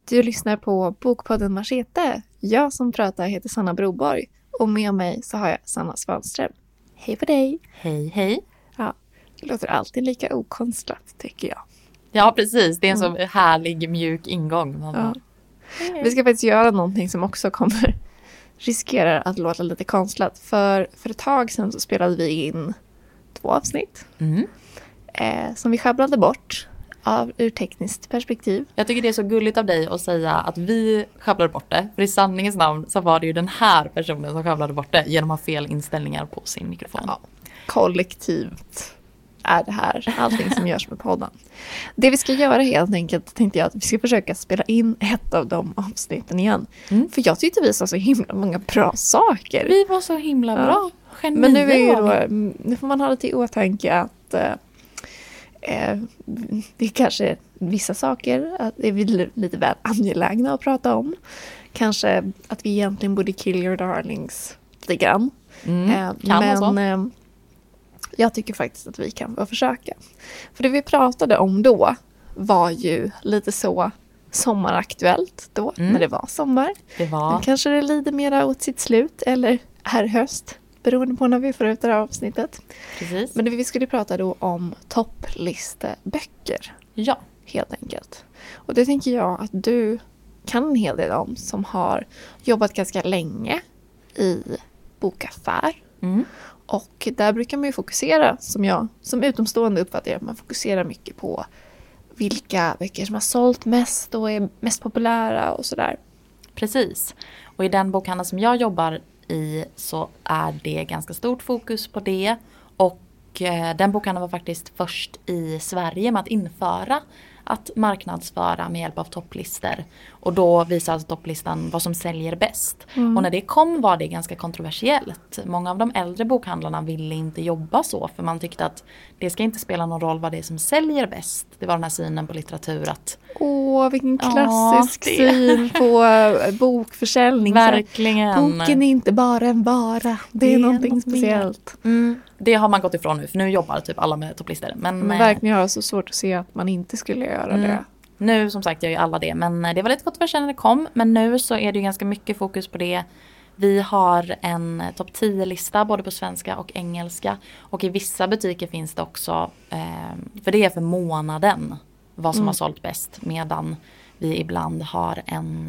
Du lyssnar på Bokpodden Machete. Jag som pratar heter Sanna Broborg. Och med mig så har jag Sanna Svanström. Hej på dig! Hej, hej! Ja, det låter alltid lika okonstlat, tycker jag. Ja, precis. Det är en så härlig, mjuk ingång. Ja. Vi ska faktiskt göra någonting som också kommer riskera att låta lite konstlat. För ett tag sedan så spelade vi in 2 avsnitt. Som vi sjabblade bort ur tekniskt perspektiv. Jag tycker det är så gulligt av dig att säga att vi sjabblade bort det. För i sanningens namn så var det ju den här personen som sjabblade bort det genom att ha fel inställningar på sin mikrofon. Ja, kollektivt är det här allting som görs med podden. Det vi ska göra helt enkelt tänkte jag att vi ska försöka spela in ett av de avsnitten igen. För jag tyckte vi sa så himla många bra saker. Vi var så himla bra. Genier. Men nu får man ha det i åtanke att det är kanske vissa saker att det är lite väl angelägna att prata om. Kanske att vi egentligen borde kill your darlings lite grann. Men jag tycker faktiskt att vi kan försöka. För det vi pratade om då var ju lite så sommaraktuellt då, när det var sommar. Det var. Men kanske det lider mera åt sitt slut eller är höst, beroende på när vi får ut det här avsnittet. Precis. Men vi skulle prata då om topplisteböcker. Ja. Helt enkelt. Och det tänker jag att du kan en hel del om som har jobbat ganska länge i bokaffär. Och där brukar man ju fokusera, som utomstående uppfattar jag, att man fokuserar mycket på vilka böcker som har sålt mest och är mest populära och sådär. Precis. Och i den bokhandeln som jag jobbar i så är det ganska stort fokus på det. Och den bokhandeln var faktiskt först i Sverige med att införa att marknadsföra med hjälp av topplistor. Och då visar alltså topplistan vad som säljer bäst. Och när det kom var det ganska kontroversiellt. Många av de äldre bokhandlarna ville inte jobba så. För man tyckte att det ska inte spela någon roll vad det är som säljer bäst. Det var den här synen på litteratur att... Vilken klassisk syn på bokförsäljning. Verkligen. Boken är inte bara en vara. Det är någonting speciellt. Det har man gått ifrån nu. För nu jobbar typ alla med topplistor. Men verkligen har jag så svårt att se att man inte skulle göra det. Nu som sagt gör ju alla det. Men det var lite kontroversiellt när det kom. Men nu så är det ju ganska mycket fokus på det. Vi har en topp 10-lista både på svenska och engelska. Och i vissa butiker finns det också, för det är för månaden, vad som har sålt bäst. Medan vi ibland har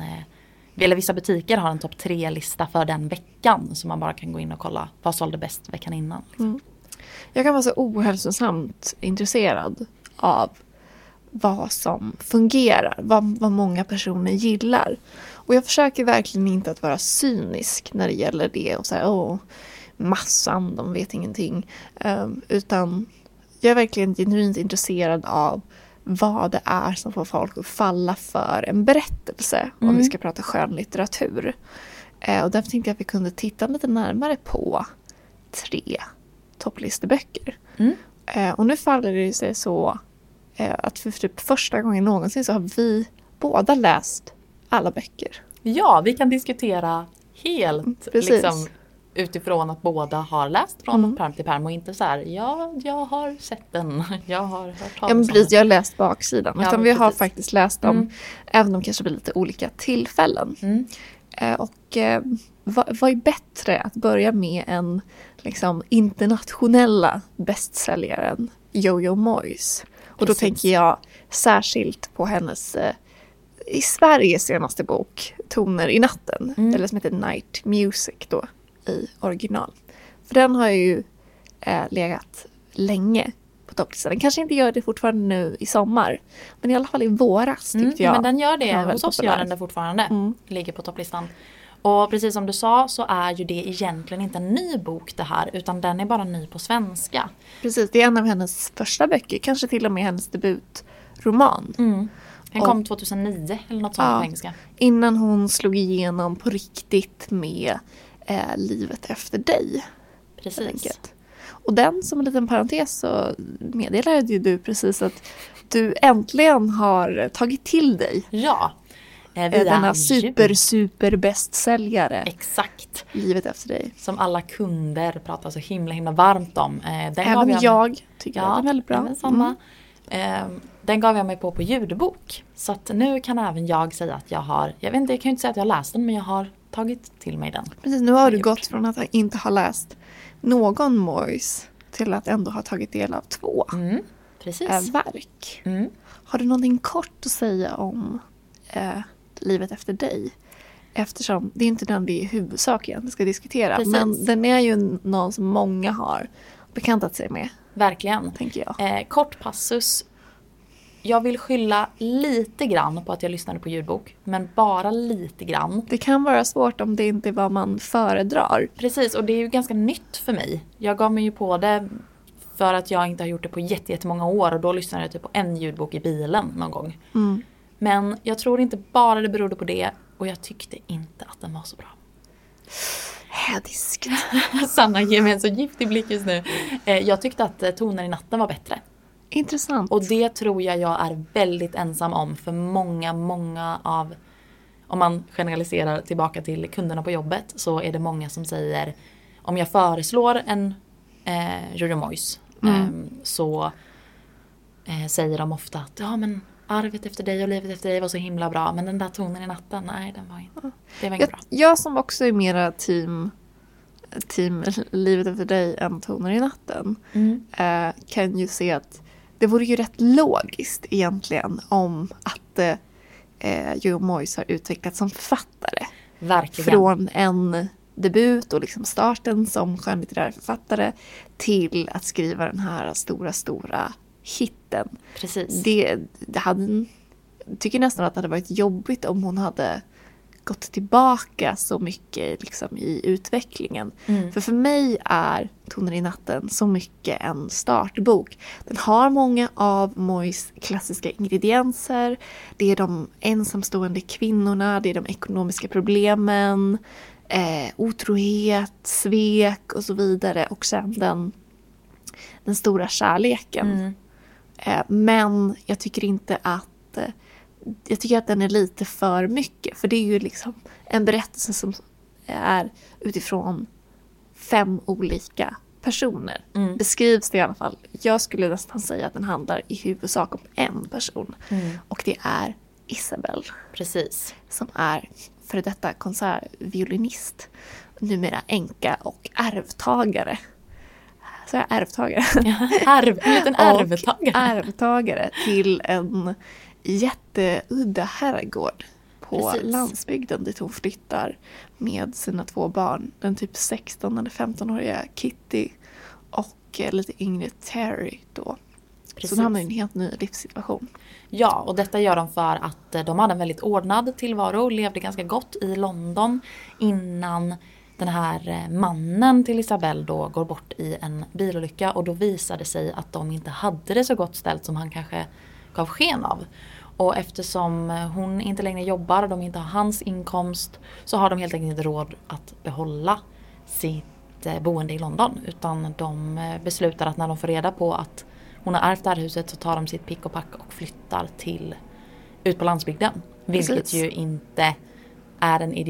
eller vissa butiker har en topp 3-lista för den veckan. Så man bara kan gå in och kolla vad sålde bäst veckan innan. Liksom. Jag kan vara så ohälsosamt intresserad av vad som fungerar, vad många personer gillar. Och jag försöker verkligen inte att vara cynisk när det gäller det och säga massan, de vet ingenting. Utan jag är verkligen genuint intresserad av vad det är som får folk att falla för en berättelse om vi ska prata skönlitteratur. Och därför tänkte jag att vi kunde titta lite närmare på 3 topplisteböcker. Och nu faller det sig så att för typ första gången någonsin så har vi båda läst alla böcker. Ja, vi kan diskutera helt liksom, utifrån att båda har läst från pärm till pärm och inte så här, jag har sett den, jag har hört talas om den. Precis, jag har läst baksidan. Ja, utan vi har faktiskt läst dem, även om de kanske blir lite olika tillfällen. Vad är bättre att börja med en liksom, internationella bästsäljaren Jojo Moyes? Och då tänker jag särskilt på hennes i Sveriges senaste bok Toner i natten, eller som heter Night Music då i original. För den har ju legat länge på topplistan. Den kanske inte gör det fortfarande nu i sommar, men i alla fall i våras tyckte jag. Men den gör det, hos oss gör den det fortfarande, ligger på topplistan. Och precis som du sa så är ju det egentligen inte en ny bok det här, utan den är bara ny på svenska. Precis, det är en av hennes första böcker, kanske till och med hennes debutroman. Den kom 2009 eller något sånt på engelska. Innan hon slog igenom på riktigt med Livet efter dig. Precis. Och den, som en liten parentes, så meddelade ju du precis att du äntligen har tagit till dig. Ja. Denna super bästsäljare. Exakt. Livet efter dig. Som alla kunder pratar så himla varmt om. Även jag tycker att den är väldigt bra. Samma. Den gav jag mig på ljudbok. Så att nu kan även jag säga att jag har, jag vet inte, jag kan ju inte säga att jag har läst den, men jag har tagit till mig den. Precis, nu har du gått från att inte ha läst någon Moyes till att ändå ha tagit del av 2 Precis. verk. Har du någonting kort att säga om Livet efter dig? Eftersom det är inte den vi i huvudsak egentligen ska diskutera. Precis. Men den är ju någon som många har bekantat sig med. Verkligen. Tänker jag. Kort passus. Jag vill skylla lite grann på att jag lyssnade på ljudbok. Men bara lite grann. Det kan vara svårt om det inte är vad man föredrar. Precis, och det är ju ganska nytt för mig. Jag gav mig ju på det för att jag inte har gjort det på jättemånga år. Och då lyssnade jag typ på en ljudbok i bilen någon gång. Men jag tror inte bara det berodde på det. Och jag tyckte inte att den var så bra. Hädisk. Sanna ger mig en så giftig blick just nu. Jag tyckte att Toner i natten var bättre. Intressant. Och det tror jag är väldigt ensam om. För många av, om man generaliserar tillbaka till kunderna på jobbet, så är det många som säger, om jag föreslår en Jojo Moyes, så säger de ofta att ja, men Arvet efter dig och Livet efter dig var så himla bra. Men den där Tonen i natten, nej, den var inte, det var inte bra. Jag som också är mera team Livet efter dig än Toner i natten kan ju se att det vore ju rätt logiskt egentligen om att Jojo Moyes har utvecklats som författare. Verkligen. Från en debut och liksom starten som skönlitterär författare till att skriva den här stora hitten. Precis. Det hade, tycker nästan att det hade varit jobbigt om hon hade gått tillbaka så mycket liksom i utvecklingen. För mig är Toner i natten så mycket en startbok. Den har många av Moyes klassiska ingredienser. Det är de ensamstående kvinnorna, det är de ekonomiska problemen, otrohet, svek och så vidare. Och sen den stora kärleken. Men jag tycker inte att jag tycker att den är lite för mycket. För det är ju liksom en berättelse som är utifrån 5 olika personer. Beskrivs det i alla fall. Jag skulle nästan säga att den handlar i huvudsak om en person. Och det är Isabel. Precis. Som är för detta konsertviolinist. Numera änka och ärvtagare. Så jag är ärvtagare. En liten ärvtagare. Ärvtagare till en jätteudda herrgård på landsbygden dit hon flyttar med sina 2 barn. Den typ 16 eller 15-åriga Kitty och lite yngre Terry då. Precis. Så de hamnar i en helt ny livssituation. Ja, och detta gör de för att de hade en väldigt ordnad tillvaro och levde ganska gott i London innan den här mannen till Isabel då går bort i en bilolycka. Och då visade sig att de inte hade det så gott ställt som han kanske gav sken av. Och eftersom hon inte längre jobbar och de inte har hans inkomst, så har de helt enkelt inte råd att behålla sitt boende i London. Utan de beslutar att när de får reda på att hon har ärvt det här huset, så tar de sitt pick och pack och flyttar ut på landsbygden. Vilket ju inte är en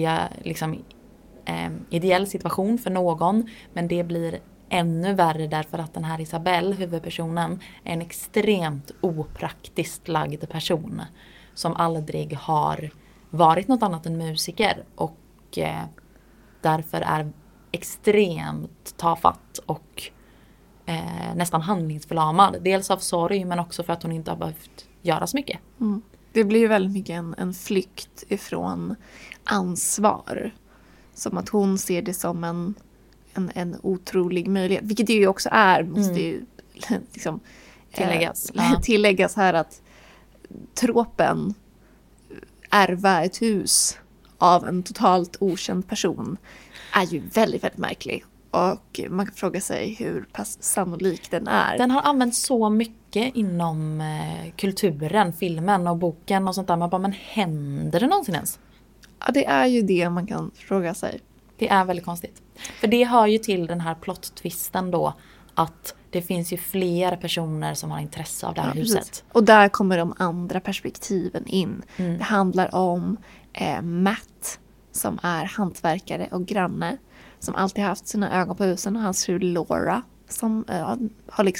ideell situation för någon. Men det blir ännu värre därför att den här Isabel, huvudpersonen, är en extremt opraktiskt lagd person. Som aldrig har varit något annat än musiker. Och därför är extremt tafatt och nästan handlingsförlamad. Dels av sorg, men också för att hon inte har behövt göra så mycket. Det blir ju väldigt mycket en flykt ifrån ansvar. Som att hon ser det som en otrolig möjlighet. Vilket det ju också är. Måste ju liksom, tilläggas här att tropen ärva ett hus av en totalt okänd person är ju väldigt, väldigt märklig. Och man kan fråga sig hur pass sannolik den är. Den har använts så mycket inom kulturen, filmen och boken och sånt där. Man bara, men händer det någonsin ens? Ja, det är ju det man kan fråga sig. Det är väldigt konstigt. För det hör ju till den här plot-twisten då, att det finns ju fler personer som har intresse av det här huset. Precis. Och där kommer de andra perspektiven in. Det handlar om Matt som är hantverkare och granne. Som alltid haft sina ögon på husen, och hans fru Laura som har liksom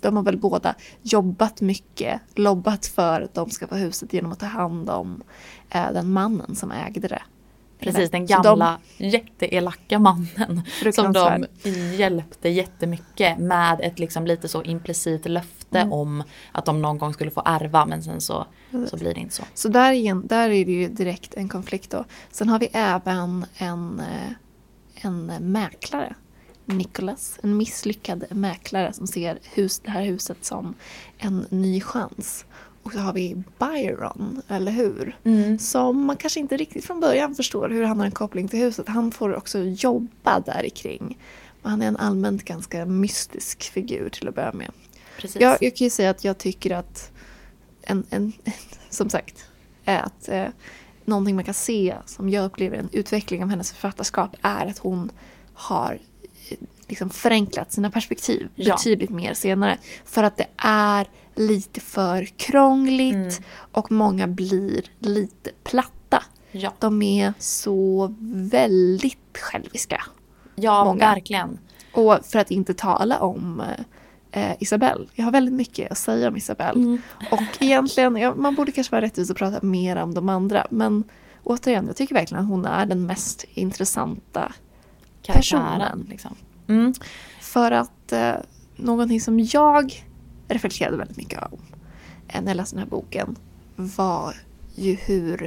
de har väl båda jobbat mycket, lobbat för att de ska få huset genom att ta hand om den mannen som ägde det. Precis, den gamla jätteelaka mannen som de Fruktansvärt. hjälpte jättemycket med ett liksom lite så implicit löfte om att de någon gång skulle få ärva, men sen så blir det inte så. Så där är det ju direkt en konflikt då. Sen har vi även en mäklare, Nicholas, en misslyckad mäklare som ser det här huset som en ny chans. Och så har vi Byron, eller hur? Som man kanske inte riktigt från början förstår hur han har en koppling till huset. Han får också jobba där kring. Han är en allmänt ganska mystisk figur till att börja med. Precis. Jag kan ju säga att jag tycker att som sagt, att någonting man kan se som jag upplever en utveckling av hennes författarskap är att hon har liksom förenklat sina perspektiv betydligt mer senare. För att det är lite för krångligt och många blir lite platta. Ja. De är så väldigt själviska. Ja, många. verkligen. Och för att inte tala om Isabelle. Jag har väldigt mycket att säga om Isabelle. Och egentligen, man borde kanske vara rättvis och prata mer om de andra. Men återigen, jag tycker verkligen att hon är den mest intressanta personen. Liksom. För att någonting som jag reflekterade väldigt mycket om när jag läste den här boken var ju hur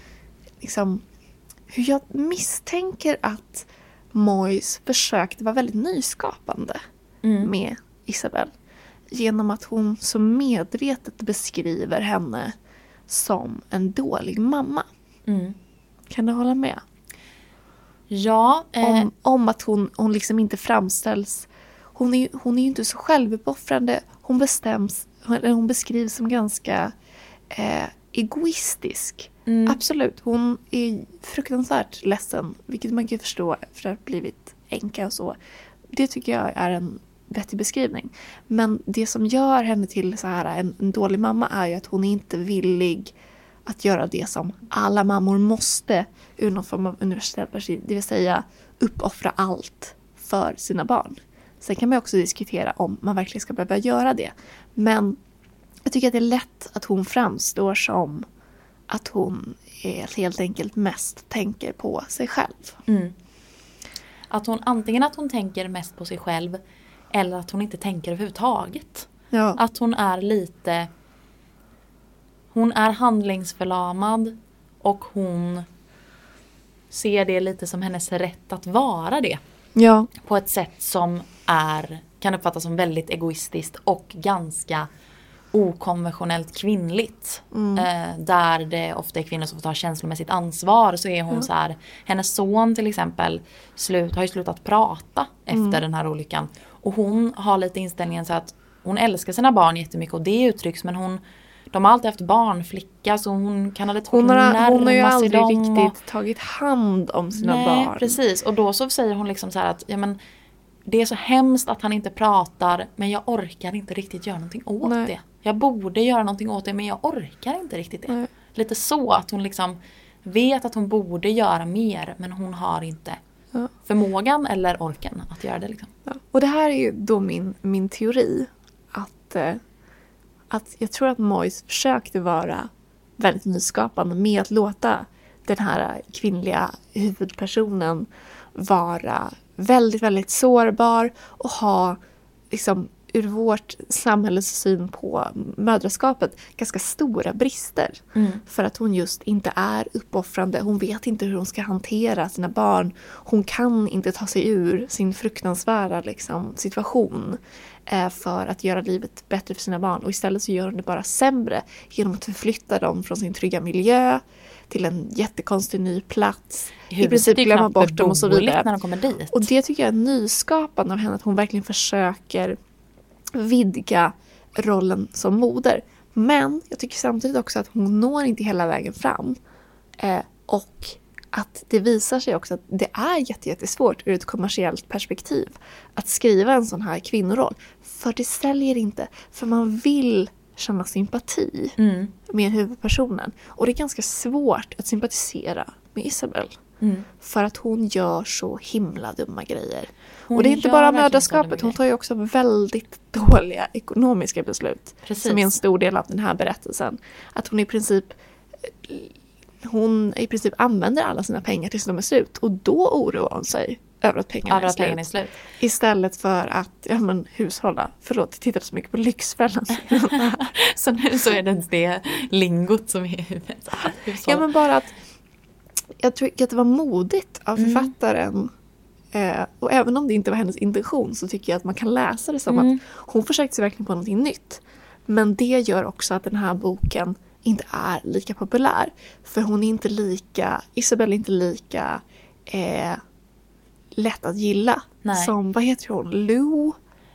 jag misstänker att Moyes försökte vara väldigt nyskapande med Isabelle. Genom att hon så medvetet beskriver henne som en dålig mamma. Kan du hålla med? Ja. Om att hon liksom inte framställs. Hon är ju inte så självuppoffrande. Hon beskrivs som ganska egoistisk. Absolut, hon är fruktansvärt ledsen. Vilket man kan förstå efter att ha blivit änka och så. Det tycker jag är en vettig beskrivning. Men det som gör henne till så här en dålig mamma är ju att hon är inte villig att göra det som alla mammor måste ur någon form av universellt perspektiv. Det vill säga uppoffra allt för sina barn. Sen kan man också diskutera om man verkligen ska behöva göra det. Men jag tycker att det är lätt att hon framstår som att hon helt enkelt mest tänker på sig själv. Antingen att hon tänker mest på sig själv eller att hon inte tänker överhuvudtaget. Ja. Att hon är handlingsförlamad och hon ser det lite som hennes rätt att vara det. Ja. På ett sätt som kan uppfattas som väldigt egoistiskt och ganska okonventionellt kvinnligt. Där det ofta är kvinnor som får ta känslomässigt ansvar, så är hon så här, hennes son till exempel har ju slutat prata efter den här olyckan. Och hon har lite inställningen så att hon älskar sina barn jättemycket och det uttrycks, men de har alltid haft barnflicka, så hon kan ha lite svårt att närma sig dem. Hon har ju aldrig riktigt tagit hand om sina barn. Nej, precis. Och då så säger hon liksom så här att det är så hemskt att han inte pratar, men jag orkar inte riktigt göra någonting åt det. Jag borde göra någonting åt det, men jag orkar inte riktigt det. Nej. Lite så att hon liksom vet att hon borde göra mer, men hon har inte förmågan eller orken att göra det. Liksom. Ja. Och det här är ju då min teori. Att jag tror att Moyes försökte vara väldigt nyskapande med att låta den här kvinnliga huvudpersonen vara väldigt, väldigt sårbar och ha liksom ur vårt samhälles syn på mödraskapet ganska stora brister. För att hon just inte är uppoffrande. Hon vet inte hur hon ska hantera sina barn. Hon kan inte ta sig ur sin fruktansvärda situation för att göra livet bättre för sina barn. Och istället så gör hon det bara sämre genom att förflytta dem från sin trygga miljö till en jättekonstig ny plats. I princip glömma bort dem och så vidare. När de kommer dit. Och det tycker jag är nyskapande av henne, att hon verkligen försöker vidga rollen som moder. Men jag tycker samtidigt också att hon når inte hela vägen fram. Och att det visar sig också att det är jättesvårt ur ett kommersiellt perspektiv att skriva en sån här kvinnoroll. För det säljer inte. För man vill känna sympati med huvudpersonen. Och det är ganska svårt att sympatisera med Isabelle. För att hon gör så himla dumma grejer. Och det är inte bara mödraskapet, hon tar ju också väldigt dåliga ekonomiska beslut. Precis. Som är en stor del av den här berättelsen. Att hon i princip använder alla sina pengar tills de är slut. Och då oroar hon sig över att pengarna är slut. Istället för att hushålla. Förlåt, jag tittade så mycket på Lyxfällan. Så nu så är det lingot som är i huvudet. Ja, men bara att jag tycker att det var modigt av författaren. Och även om det inte var hennes intention så tycker jag att man kan läsa det som att hon försökte sig verkligen på någonting nytt. Men det gör också att den här boken inte är lika populär. För hon är inte lika, Isabelle är inte lika lätt att gilla. Nej. Som, vad heter hon? Lou?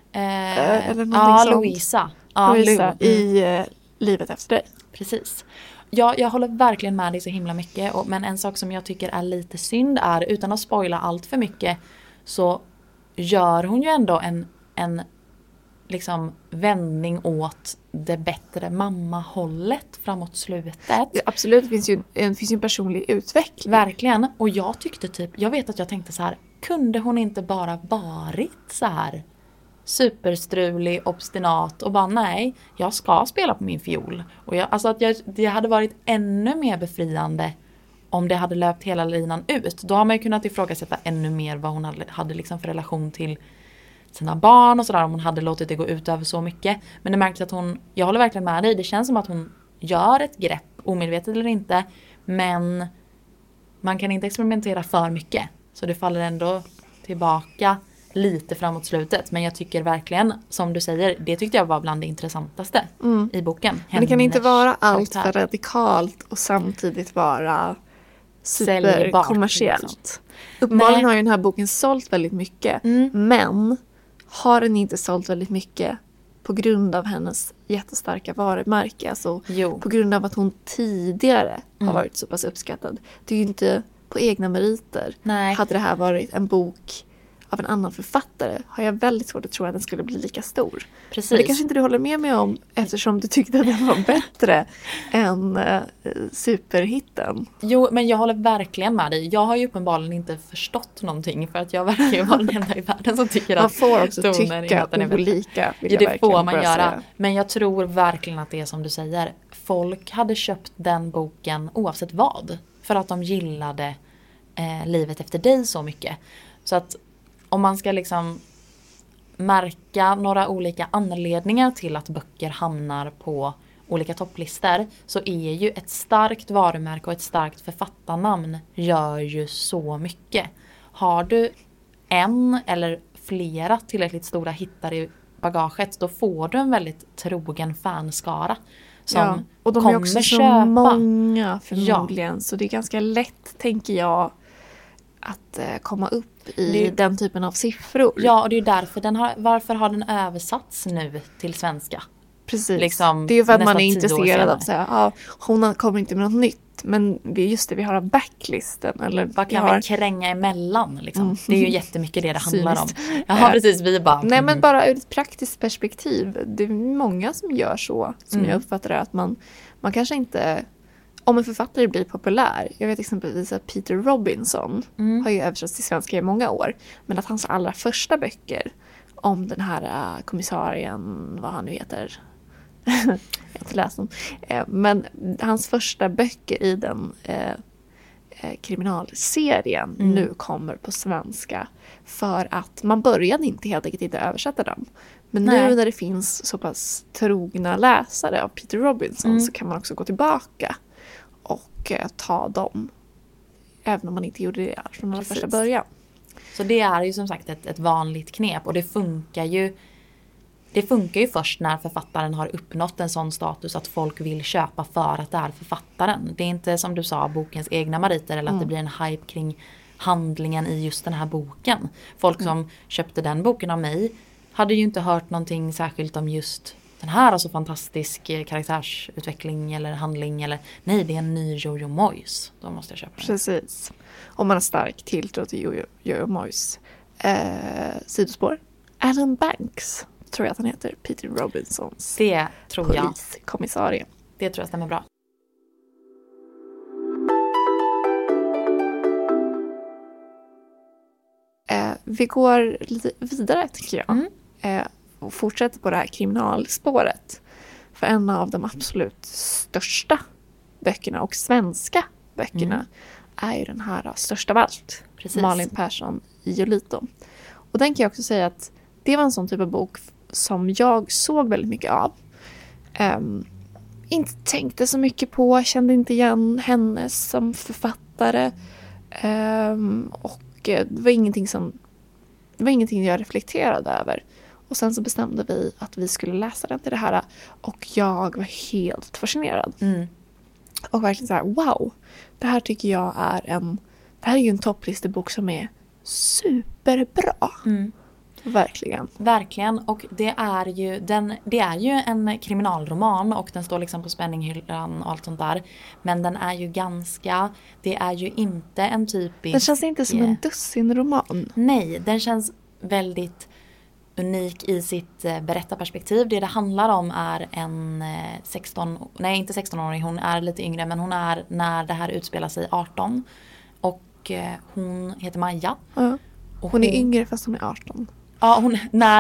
Eller någonting Louisa. Louisa i Livet efter dig. Precis. Ja, jag håller verkligen med dig så himla mycket. Men en sak som jag tycker är lite synd är, utan att spoila allt för mycket, så gör hon ju ändå en liksom vändning åt det bättre mammahållet framåt slutet. Ja, absolut, det finns ju en personlig utveckling. Verkligen. Och jag tyckte jag vet att jag tänkte så här, kunde hon inte bara varit så här superstrulig, obstinat och bara nej, jag ska spela på min fiol. Och det hade varit ännu mer befriande om det hade löpt hela linan ut. Då har man ju kunnat ifrågasätta ännu mer vad hon hade liksom för relation till sina barn och sådär, om hon hade låtit det gå ut över så mycket. Men det märks att jag håller verkligen med dig, det känns som att hon gör ett grepp, omedvetet eller inte, men man kan inte experimentera för mycket. Så det faller ändå tillbaka lite framåt slutet. Men jag tycker verkligen, som du säger, det tyckte jag var bland det intressantaste i boken. Men det kan inte vara allt för radikalt och samtidigt vara superkommersiellt. Liksom. Uppenbarligen har ju den här boken sålt väldigt mycket. Men har den inte sålt väldigt mycket på grund av hennes jättestarka varumärke. Alltså på grund av att hon tidigare har varit så pass uppskattad. Det är ju inte på egna meriter. Nej. Hade det här varit en bok av en annan författare har jag väldigt svårt att tro att den skulle bli lika stor. Precis. Men det kanske inte du håller med mig om eftersom du tyckte att den var bättre än superhitten. Jo, men jag håller verkligen med dig. Jag har ju uppenbarligen inte förstått någonting för att jag verkar ju vara den enda i världen som tycker man att får också tycka olika. Ja, det får man göra. Säga. Men jag tror verkligen att det är som du säger. Folk hade köpt den boken oavsett vad. För att de gillade Livet efter dig så mycket. Så att om man ska liksom märka några olika anledningar till att böcker hamnar på olika topplistor, så är ju ett starkt varumärke och ett starkt författarnamn gör ju så mycket. Har du en eller flera tillräckligt stora hittar i bagaget, då får du en väldigt trogen fanskara som och de kommer är också köpa. Så många förmodligen, så det är ganska lätt, tänker jag, att komma upp i den typen av siffror. Ja, och det är ju därför varför har den översatts nu till svenska? Precis. Liksom, det är ju för att man är intresserad av att säga, hon kommer inte med något nytt. Men det är just det, vi har backlisten. Eller vad kan vi kränga emellan? Liksom? Det är ju jättemycket det handlar om. Ja, precis. Vi bara... Nej, men bara ur ett praktiskt perspektiv. Det är många som gör så. Som jag uppfattar det. Att man kanske inte... Om en författare blir populär, jag vet exempelvis att Peter Robinson har ju översatts till svenska i många år, men att hans allra första böcker om den här kommissarien, vad han nu heter, jag har inte läst dem, men hans första böcker i den kriminalserien nu kommer på svenska för att man började helt enkelt inte översätta dem. Men nu när det finns så pass trogna läsare av Peter Robinson så kan man också gå tillbaka och ta dem. Även om man inte gjorde det från den första början. Så det är ju som sagt ett vanligt knep. Och det funkar ju först när författaren har uppnått en sån status att folk vill köpa för att det är författaren. Det är inte som du sa bokens egna meriter eller att det blir en hype kring handlingen i just den här boken. Folk som köpte den boken av mig hade ju inte hört någonting särskilt om just den här, alltså fantastisk karaktärsutveckling eller handling eller nej, det är en ny Jojo Moyes. Då måste jag köpa den. Precis. Om man har stark tilltro till Jojo Moyes. Sidospår. Alan Banks tror jag att han heter. Peter Robinsons det tror jag. Poliskommissarie. Det tror jag stämmer bra. Vi går lite vidare tycker jag. Och fortsätter på det här kriminalspåret. För en av de absolut största böckerna och svenska böckerna är ju den här Störst av allt. Precis. Malin Persson i Jolito. Och den kan jag också säga att det var en sån typ av bok som jag såg väldigt mycket av. Inte tänkte så mycket på, kände inte igen henne som författare. Och det var ingenting jag reflekterade över. Och sen så bestämde vi att vi skulle läsa den till det här. Och jag var helt fascinerad. Och verkligen så här, wow. Det här tycker jag det här är ju en topplistebok som är superbra. Verkligen. Verkligen, och det är ju en kriminalroman och den står liksom på spänninghyllan och allt sånt där. Men den är ju det är ju inte en typisk... Den känns inte som en dussinroman. Nej, den känns väldigt unik i sitt berättarperspektiv. Det handlar om är en inte 16-åring, hon är lite yngre, men hon är när det här utspelar sig 18. Och hon heter Maja. Ja. Hon är yngre fast hon är 18. Ja, hon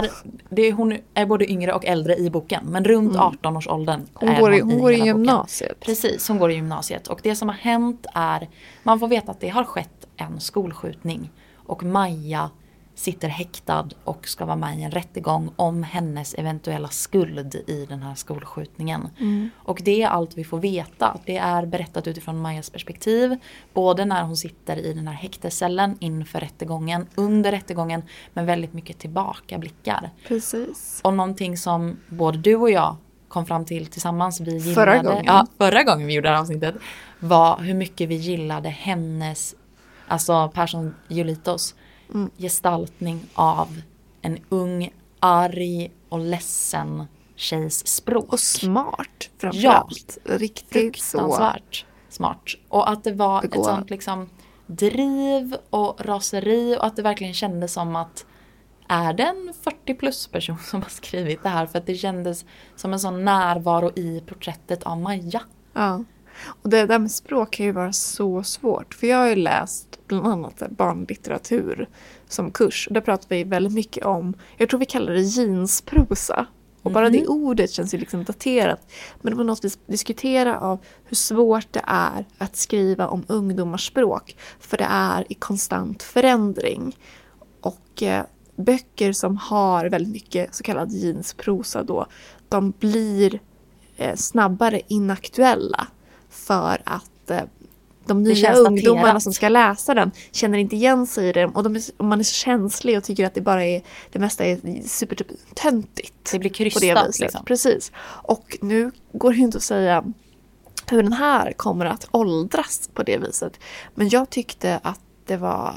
är både yngre och äldre i boken. Men runt 18-årsåldern hon går i gymnasiet. Precis, hon går i gymnasiet. Och det som har hänt är... Man får veta att det har skett en skolskjutning. Och Maja sitter häktad och ska vara med i en rättegång om hennes eventuella skuld i den här skolskjutningen. Och det är allt vi får veta. Det är berättat utifrån Majas perspektiv. Både när hon sitter i den här häktescellen inför rättegången, under rättegången, men väldigt mycket tillbakablickar. Precis. Och någonting som både du och jag kom fram till tillsammans, vi gillade förra gången vi gjorde det här avsnittet, var hur mycket vi gillade hennes, alltså Persson Jolitos gestaltning av en ung, arg och ledsen tjejs språk. Och smart framförallt. Riktigt fruktansvärt smart. Och att det var ett sånt liksom driv och raseri och att det verkligen kändes som att är det en 40-plus person som har skrivit det här? För att det kändes som en sån närvaro i porträttet av Maja. Ja. Och det där med språk kan ju vara så svårt. För jag har ju läst bland annat barnlitteratur som kurs. Och där pratar vi väldigt mycket om, jag tror vi kallar det jeansprosa. Och bara det ordet känns ju liksom daterat. Men det var något vi diskuterade av hur svårt det är att skriva om ungdomars språk. För det är i konstant förändring. Och böcker som har väldigt mycket så kallad jeansprosa då, de blir snabbare inaktuella. För att de nya ungdomarna som ska läsa den känner inte igen sig i det. Och man är så känslig och tycker att det mesta är supertöntigt. Det blir krystat liksom. Precis. Och nu går det inte att säga hur den här kommer att åldras på det viset. Men jag tyckte att det var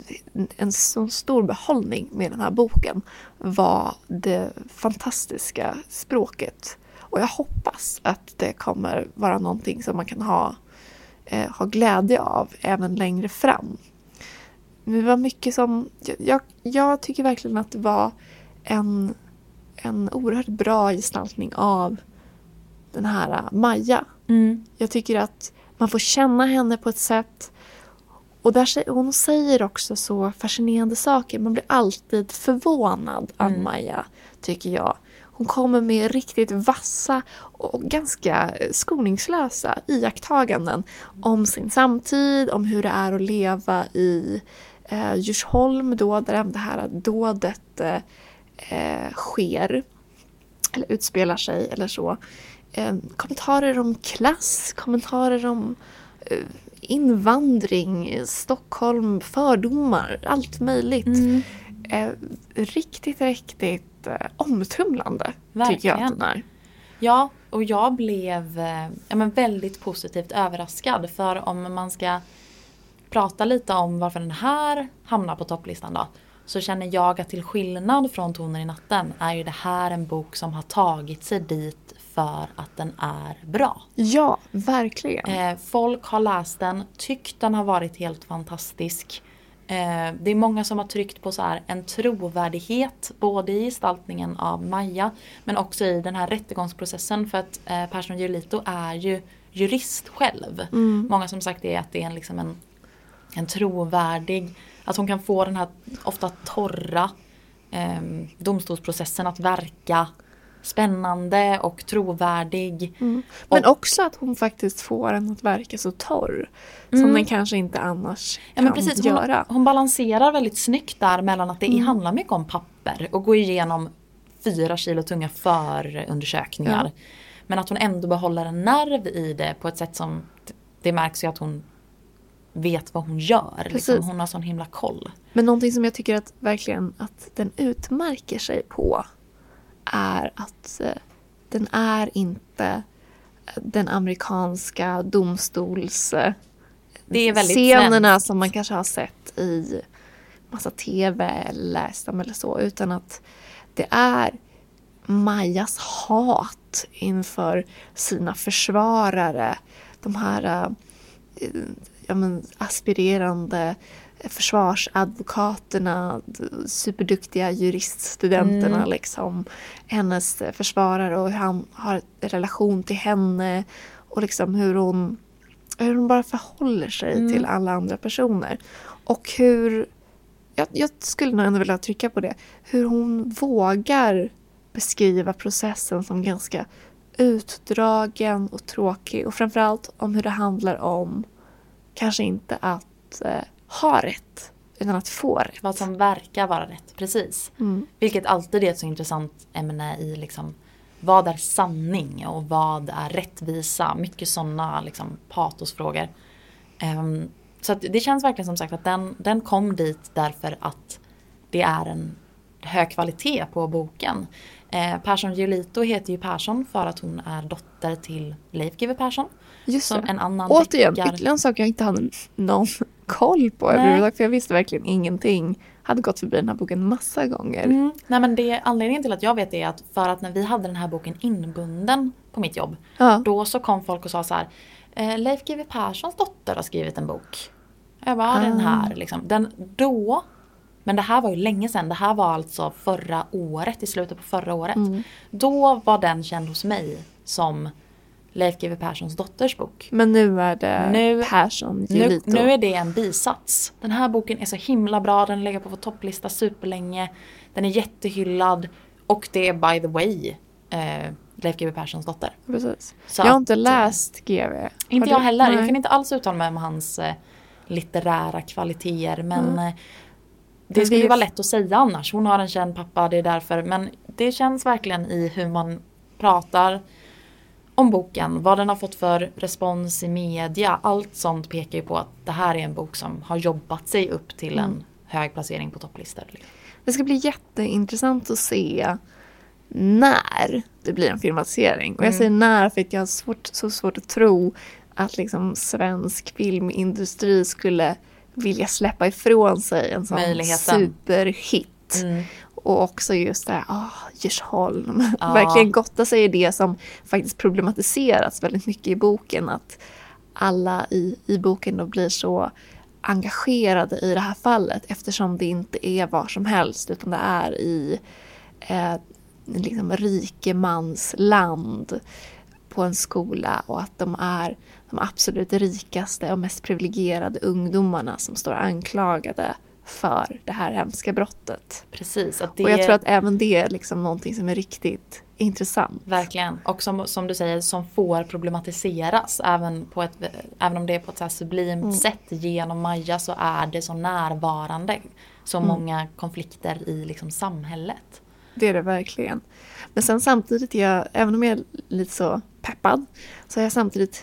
en så stor behållning med den här boken var det fantastiska språket. Och jag hoppas att det kommer vara någonting som man kan ha glädje av även längre fram. Det var mycket som... Jag tycker verkligen att det var en oerhört bra gestaltning av den här Maja. Jag tycker att man får känna henne på ett sätt. Och hon säger också så fascinerande saker. Man blir alltid förvånad av Maja, tycker jag. Hon kommer med riktigt vassa och ganska skoningslösa iakttaganden om sin samtid, om hur det är att leva i Djursholm då, där det här dådet sker eller utspelar sig eller så. Kommentarer om klass, kommentarer om invandring, Stockholm, fördomar, allt möjligt. Riktigt omtumlande. Verkligen. Tycker jag att den är. Ja, och jag blev väldigt positivt överraskad. För om man ska prata lite om varför den här hamnar på topplistan då, så känner jag att till skillnad från Toner i natten är ju det här en bok som har tagit sig dit för att den är bra. Ja, verkligen. Folk har läst den, tyckt den har varit helt fantastisk. Det är många som har tryckt på så här en trovärdighet både i gestaltningen av Maja men också i den här rättegångsprocessen, för att Persson Jolito är ju jurist själv. Många som sagt är att det är liksom en trovärdig Att hon kan få den här ofta torra domstolsprocessen att verka spännande och trovärdig. Men också att hon faktiskt får den att verka så torr. Som den kanske inte annars kan göra. Hon balanserar väldigt snyggt där mellan att det handlar mycket om papper. Och gå igenom 4 kilo tunga förundersökningar. Ja. Men att hon ändå behåller en nerv i det på ett sätt som det märks ju att hon vet vad hon gör. Liksom. Hon har sån himla koll. Men någonting som jag tycker att verkligen att den utmärker sig på är att den är inte den amerikanska domstols det är väldigt scenerna svenskt. Som man kanske har sett i massa tv eller läst dem eller så, utan att det är Majas hat inför sina försvarare, de här aspirerande försvarsadvokaterna, superduktiga juriststudenterna liksom, hennes försvarare och hur han har en relation till henne och liksom hur hon bara förhåller sig till alla andra personer och hur jag skulle nog ändå vilja trycka på det, hur hon vågar beskriva processen som ganska utdragen och tråkig och framförallt om hur det handlar om kanske inte att ha rätt utan att få rätt. Vad som verkar vara rätt, precis. Vilket alltid är ett så intressant ämne i liksom, vad är sanning och vad är rättvisa. Mycket sådana liksom, patosfrågor. Så att det känns verkligen som sagt att den kom dit därför att det är en hög kvalitet på boken. Persson Giolito heter ju Persson för att hon är dotter till Leif GW Persson. Just som en annan återigen, ytterligare en sak jag inte hade någon koll på överhuvudtaget, för jag visste verkligen ingenting. Hade gått förbi den här boken massa gånger. Nej, men anledningen till att jag vet det är att för att när vi hade den här boken inbunden på mitt jobb, då så kom folk och sa så här: Leif GW Perssons dotter har skrivit en bok. Jag bara, den här liksom. Men det här var ju länge sedan. Det här var alltså förra året, i slutet på förra året. Då var den känd hos mig som Leif GW Perssons dotters bok. Men nu är det Persson Giolito. Nu är det en bisats. Den här boken är så himla bra. Den ligger på vår topplista superlänge. Den är jättehyllad. Och det är by the way Leif GW Perssons dotter. Precis. Så jag har inte läst GW. Inte jag heller. Nej. Jag kan inte alls uttala mig om hans litterära kvaliteter. Men det skulle ju vara lätt att säga annars. Hon har en känd pappa, det är därför. Men det känns verkligen i hur man pratar om boken. Vad den har fått för respons i media. Allt sånt pekar ju på att det här är en bok som har jobbat sig upp till en hög placering på topplistor. Det ska bli jätteintressant att se när det blir en filmatisering. Och jag säger när för att jag har så svårt att tro att liksom svensk filmindustri skulle vilja släppa ifrån sig en sån superhit. Och också just det här, Djursholm. Verkligen gotta sig i det som faktiskt problematiseras väldigt mycket i boken. Att alla i boken då blir så engagerade i det här fallet. Eftersom det inte är var som helst. Utan det är i liksom rikemans land på en skola. Och att de är de absolut rikaste och mest privilegierade ungdomarna som står anklagade för det här hemska brottet. Precis. Och jag tror att även det är liksom någonting som är riktigt intressant. Verkligen. Och som du säger, som får problematiseras. Även om det är på ett så här sublimt sätt genom Maja, så är det så närvarande. Så många konflikter i liksom samhället. Det är det verkligen. Men sen samtidigt, även om jag är lite så peppad, så är jag samtidigt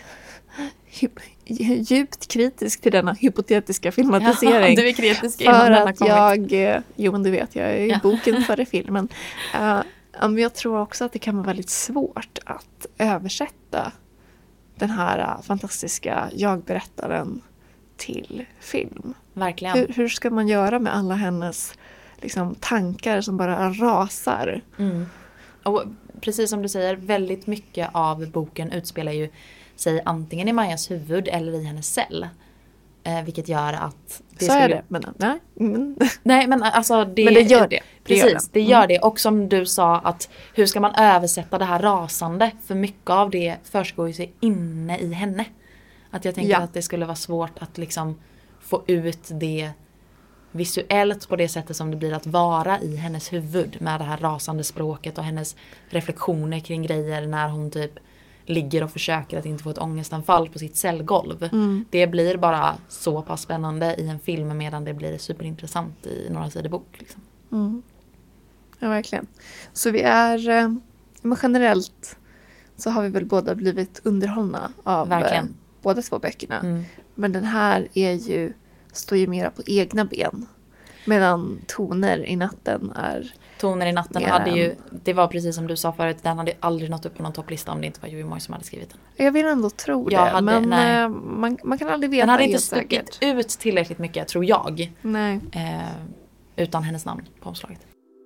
djupt kritisk till denna hypotetiska filmatisering. Ja, du är kritisk för att men du vet, jag är i boken före filmen. Men jag tror också att det kan vara väldigt svårt att översätta den här fantastiska jag-berättaren till film. Verkligen. Hur ska man göra med alla hennes liksom, tankar som bara rasar? Och precis som du säger, väldigt mycket av boken utspelar ju sig antingen i Majas huvud eller i hennes cell. Vilket gör att det är det, men nej. Nej, men alltså men det gör det. Precis, det gör det. Och som du sa, att hur ska man översätta det här rasande? För mycket av det försiggår ju sig inne i henne. Att jag tänker att det skulle vara svårt att liksom få ut det visuellt på det sättet som det blir att vara i hennes huvud med det här rasande språket och hennes reflektioner kring grejer när hon typ ligger och försöker att inte få ett ångestanfall på sitt cellgolv. Det blir bara så pass spännande i en film medan det blir superintressant i några sidor bok. Liksom. Ja, verkligen. Så vi är, men generellt så har vi väl båda blivit underhållna av båda två böckerna. Men den här står ju mera på egna ben. Medan Toner i natten hade ju, det var precis som du sa förut, den hade aldrig nått upp på någon topplista om det inte var Joey Moy som hade skrivit den. Jag vill ändå tro det, men man kan aldrig veta. Den hade inte stuckit ut tillräckligt mycket, tror jag. Nej. Utan hennes namn på omslaget.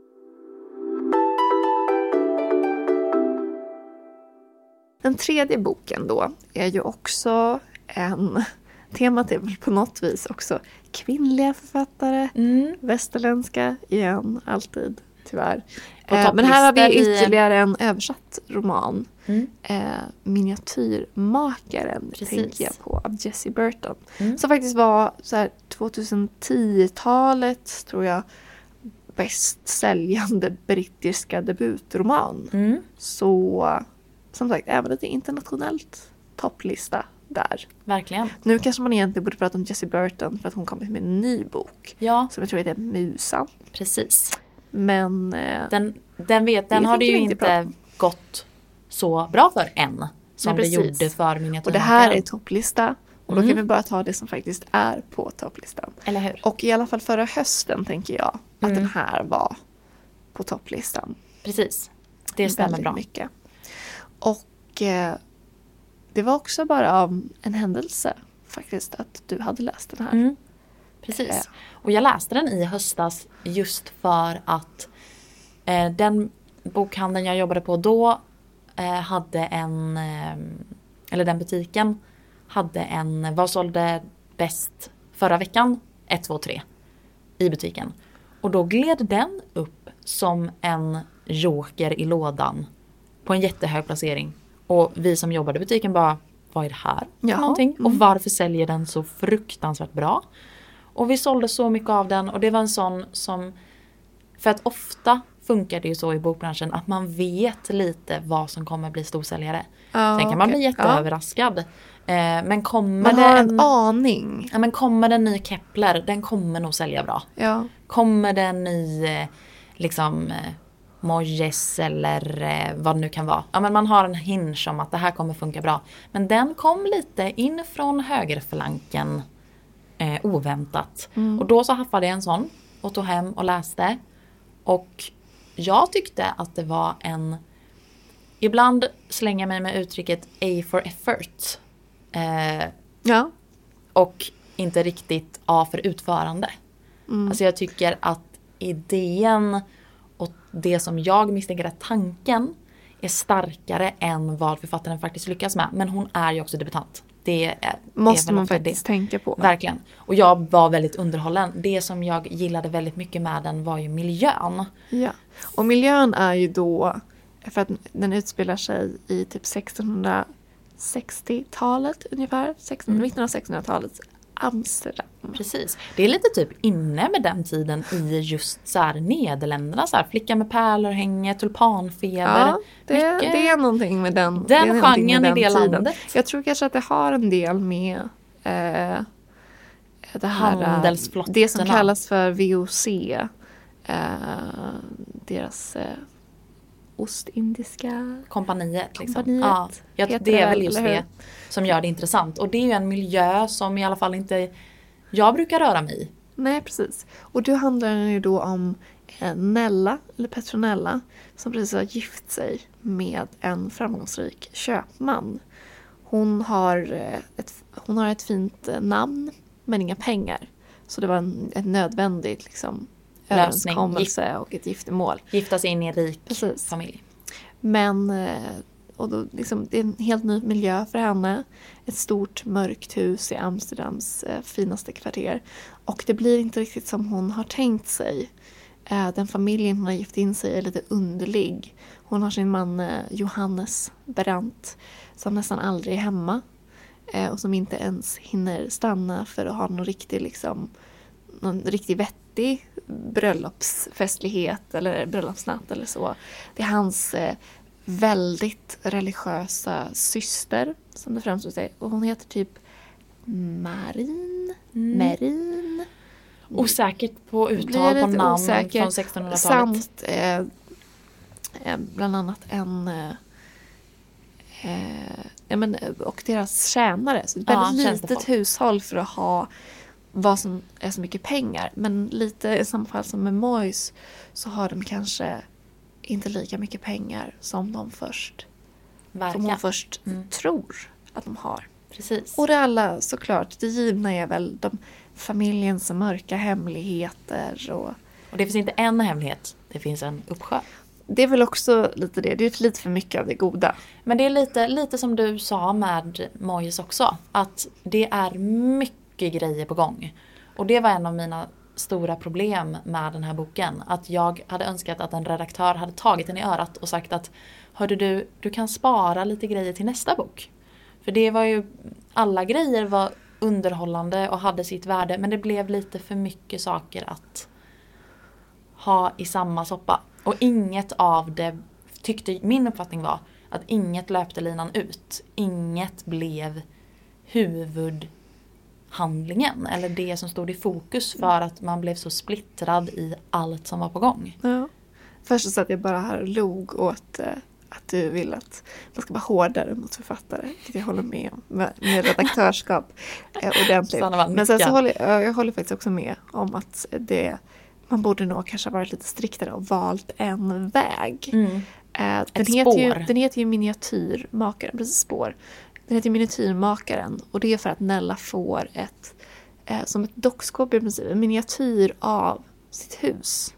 Den tredje boken då är ju också temat är väl på något vis också kvinnliga författare, västerländska igen, alltid tyvärr. Men här har vi ytterligare en översatt roman. Miniatyrmakaren tänker jag på, av Jessie Burton. Som faktiskt var så här 2010-talets, tror jag, bäst säljande brittiska debutroman. Så som sagt, även ett internationellt topplista där. Verkligen. Nu kanske man egentligen borde prata om Jessie Burton för att hon kommit med en ny bok. Ja. Som jag tror heter Musan. Precis. Men den har det ju inte gått så bra för än. Som det gjorde för miniatyrmakaren. Och det här är topplista. Och då kan vi bara ta det som faktiskt är på topplistan. Eller hur? Och i alla fall förra hösten tänker jag att den här var på topplistan. Precis. Det stämmer bra. Mycket. Och det var också bara av en händelse faktiskt att du hade läst den här. Precis. Och jag läste den i höstas just för att den bokhandeln jag jobbade på då hade eller den butiken hade vad sålde bäst förra veckan? 1, 2, 3 i butiken. Och då gled den upp som en joker i lådan på en jättehög placering. Och vi som jobbade i butiken bara, vad är det här för någonting? Och varför säljer den så fruktansvärt bra? Och vi sålde så mycket av den. Och det var en sån som, för att ofta funkar det ju så i bokbranschen att man vet lite vad som kommer bli storsäljare. Sen kan man bli jätteöverraskad. Men kommer man har en aning. Ja, men kommer det en ny Kepler, den kommer nog sälja bra. Ja. Kommer det en ny Mojes eller vad det nu kan vara. Ja, men man har en hinge om att det här kommer funka bra. Men den kom lite in från högerflanken oväntat. Och då så haffade jag en sån och tog hem och läste. Och jag tyckte att det var ibland slänger jag mig med uttrycket A for effort. Och inte riktigt A för utförande. Alltså jag tycker att idén och det som jag misstänker att tanken är starkare än vad författaren faktiskt lyckas med. Men hon är ju också debutant. Det måste man faktiskt tänka på. Verkligen. Och jag var väldigt underhållen. Det som jag gillade väldigt mycket med den var ju miljön. Ja. Och miljön är ju då, för att den utspelar sig i typ 1660-talet ungefär. Mitten av 1600-talet. Amsterdam. Precis. Det är lite typ inne med den tiden i just så här Nederländerna. Så här, flicka med pärlor, tulpanfeber. Ja, det är någonting med den genren i det landet. Jag tror kanske att det har en del med det här, handelsflottorna. Det som kallas för VOC. Deras Ostindiska kompaniet. Liksom. Ja, det är väl just det som gör det intressant. Och det är ju en miljö som i alla fall inte jag brukar röra mig i. Nej, precis. Och då handlar det ju då om Nella, eller Petronella, som precis har gift sig med en framgångsrik köpman. Hon har ett fint namn, men inga pengar. Så det var en nödvändigt överenskommelse och ett giftermål. Gifta sig in i en rik familj. Men och då, det är en helt ny miljö för henne. Ett stort mörkt hus i Amsterdams finaste kvarter. Och det blir inte riktigt som hon har tänkt sig. Den familjen hon har gift in sig är lite underlig. Hon har sin man Johannes Brandt som nästan aldrig är hemma. Och som inte ens hinner stanna för att ha någon riktig riktig bröllopsfestlighet eller bröllopsnatt eller så. Det är hans väldigt religiösa syster som det främst säger. Och hon heter typ Marin. Osäkert på uttal på namn från 1600-talet. Samt bland annat och deras tjänare. Så ett väldigt litet hushåll för att ha vad som är så mycket pengar. Men lite i samma fall som med Moise så har de kanske inte lika mycket pengar som de först tror att de har. Precis. Och det alla såklart, det givna är väl familjens mörka hemligheter. Och det finns inte en hemlighet, det finns en uppsjö. Det är väl också lite det. Det är lite för mycket av det goda. Men det är lite som du sa med Moise också. Att det är mycket grejer på gång. Och det var en av mina stora problem med den här boken. Att jag hade önskat att en redaktör hade tagit den i örat och sagt att hörde du kan spara lite grejer till nästa bok. För det var ju, alla grejer var underhållande och hade sitt värde. Men det blev lite för mycket saker att ha i samma soppa. Och inget av det, min uppfattning var att inget löpte linan ut. Inget blev huvudhandlingen. Eller det som stod i fokus för att man blev så splittrad i allt som var på gång. Ja. Först så att jag bara här log åt att du vill att man ska vara hårdare mot författare. Vilket jag håller med om. Med redaktörskap ordentligt. Men sen så jag håller faktiskt också med om att man borde nog kanske ha varit lite striktare och valt en väg. Den heter ju Miniatyrmakaren. Precis, spår. Den heter Miniatyrmakaren. Och det är för att Nella får som ett dockskåp i princip, en miniatyr av sitt hus.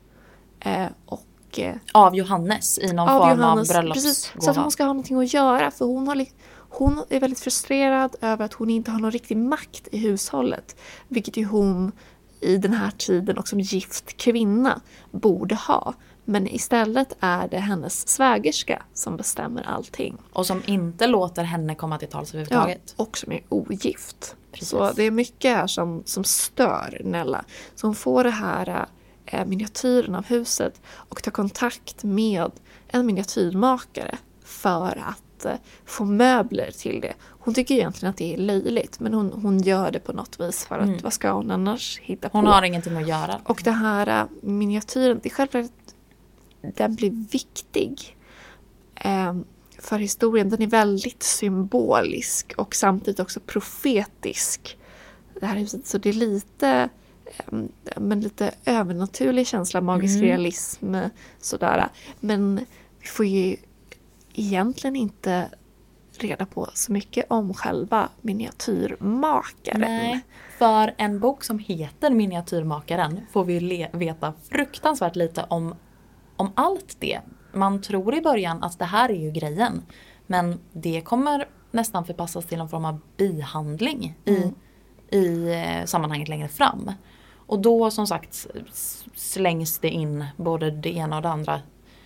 Av Johannes i någon form av bröllopsgåva. Precis, så att hon ska ha någonting att göra. För hon är väldigt frustrerad över att hon inte har någon riktig makt i hushållet. Vilket ju hon i den här tiden och som gift kvinna borde ha. Men istället är det hennes svägerska som bestämmer allting. Och som inte låter henne komma till tals överhuvudtaget. Ja, och som är ogift. Precis. Så det är mycket här som stör Nella. Så hon får det här miniatyren av huset och tar kontakt med en miniatyrmakare för att få möbler till det. Hon tycker egentligen att det är löjligt, men hon gör det på något vis för att vad ska hon annars hitta på? Hon har ingenting att göra. Och det här miniatyren, det är självklart den blir viktig för historien. Den är väldigt symbolisk och samtidigt också profetisk. Det här huset, så det är lite övernaturlig känsla, magisk realism sådär. Men vi får ju egentligen inte reda på så mycket om själva miniatyrmakaren. Nej, för en bok som heter Miniatyrmakaren får vi veta fruktansvärt lite om allt det. Man tror i början att det här är ju grejen. Men det kommer nästan förpassas till en form av bihandling i sammanhanget längre fram. Och då som sagt slängs det in både det ena och det andra.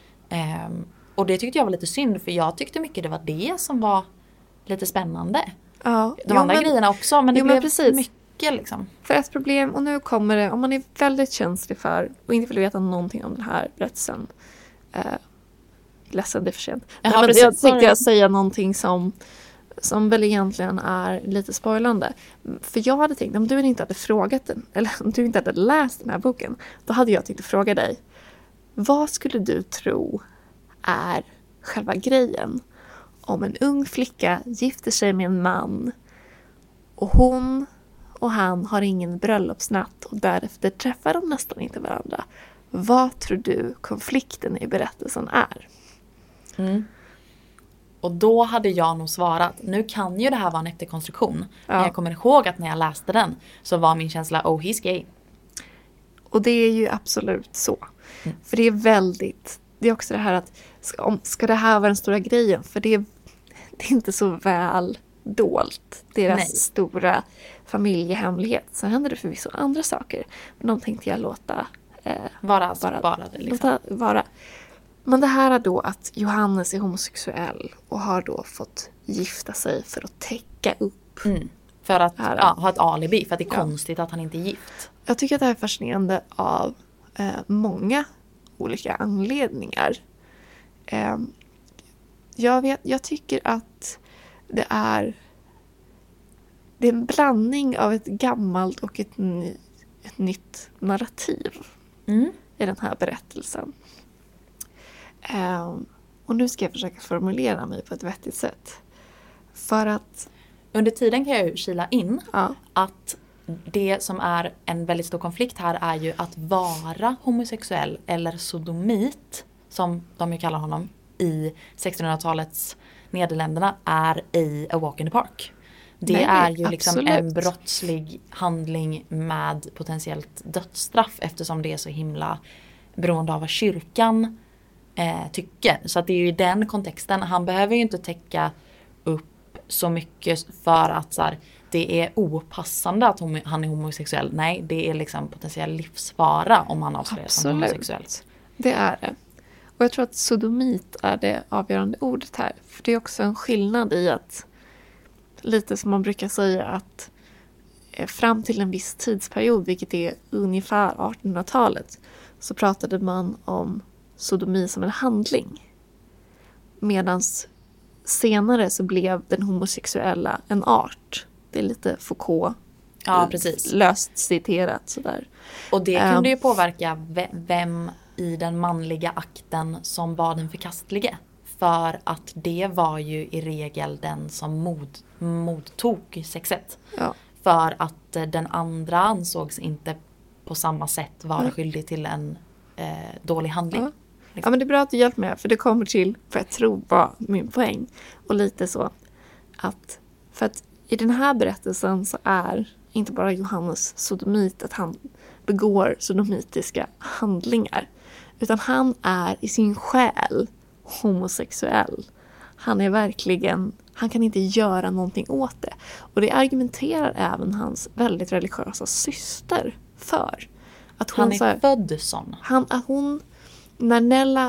Och det tyckte jag var lite synd, för jag tyckte mycket det var det som var lite spännande. Ja, de andra grejerna också, men det blev precis. Mycket liksom. För ett problem, och nu kommer det, om man är väldigt känslig för och inte vill veta någonting om den här berättelsen. Ledsen, det är för sent. Jaha, men jag tänkte säga någonting som väl egentligen är lite spoilande. För jag hade tänkt, om du inte hade frågat den, eller om du inte hade läst den här boken, då hade jag tänkt fråga dig, vad skulle du tro är själva grejen om en ung flicka gifter sig med en man och hon och han har ingen bröllopsnatt och därefter träffar de nästan inte varandra. Vad tror du konflikten i berättelsen är? Och då hade jag nog svarat, nu kan ju det här vara en efterkonstruktion. Men jag kommer ihåg att när jag läste den så var min känsla, oh he's gay. Och det är ju absolut så. För det är också det här att ska det här vara den stora grejen? För det är inte så väl dolt. Deras stora familjehemlighet. Så händer det förvisso andra saker. Men de tänkte jag låta vara det liksom. Låta vara. Men det här är då att Johannes är homosexuell och har då fått gifta sig för att täcka upp. För att ha ett alibi, för att det är konstigt att han inte är gift. jag tycker att det här är fascinerande av många olika anledningar. Jag tycker att det är en blandning av ett gammalt och ett nytt narrativ i den här berättelsen. Och nu ska jag försöka formulera mig på ett vettigt sätt. För att... Under tiden kan jag ju kila in att det som är en väldigt stor konflikt här är ju att vara homosexuell eller sodomit, som de ju kallar honom, i 1600-talets Nederländerna är a walk in the park. Det är ju liksom en brottslig handling med potentiellt dödsstraff eftersom det är så himla beroende av vad kyrkan tycker. Så att det är ju i den kontexten. Han behöver ju inte täcka upp så mycket för att så här, det är opassande att han är homosexuell. Nej, det är liksom potentiell livsfara om han avslöjas som homosexuell. Det är det. Och jag tror att sodomit är det avgörande ordet här. För det är också en skillnad i att, lite som man brukar säga, att fram till en viss tidsperiod, vilket är ungefär 1800-talet, så pratade man om sodomi som en handling. Medan senare så blev den homosexuella en art. Det är lite Foucault. Ja, precis. Löst citerat sådär. Och det kunde ju påverka vem i den manliga akten som var den förkastlige. För att det var ju i regel den som mottog sexet. Ja. För att den andra ansågs inte på samma sätt vara skyldig till en dålig handling. Ja. Ja, men det är bra att du hjälper mig, för det kommer till, för jag tror var min poäng. Och lite så att, för att i den här berättelsen så är inte bara Johannes sodomit, att han begår sodomitiska handlingar. Utan han är i sin själ homosexuell. Han är verkligen, han kan inte göra någonting åt det. Och det argumenterar även hans väldigt religiösa syster för. Att hon, han är så född sån. När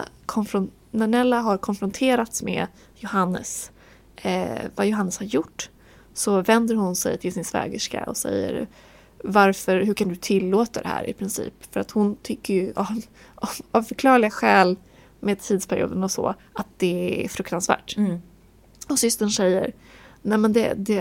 Nella har konfronterats med Johannes, vad Johannes har gjort, så vänder hon sig till sin svägerska och säger: hur kan du tillåta det här i princip? För att hon tycker ju av förklarliga skäl med tidsperioden och så, att det är fruktansvärt. Och systern säger: nej, men det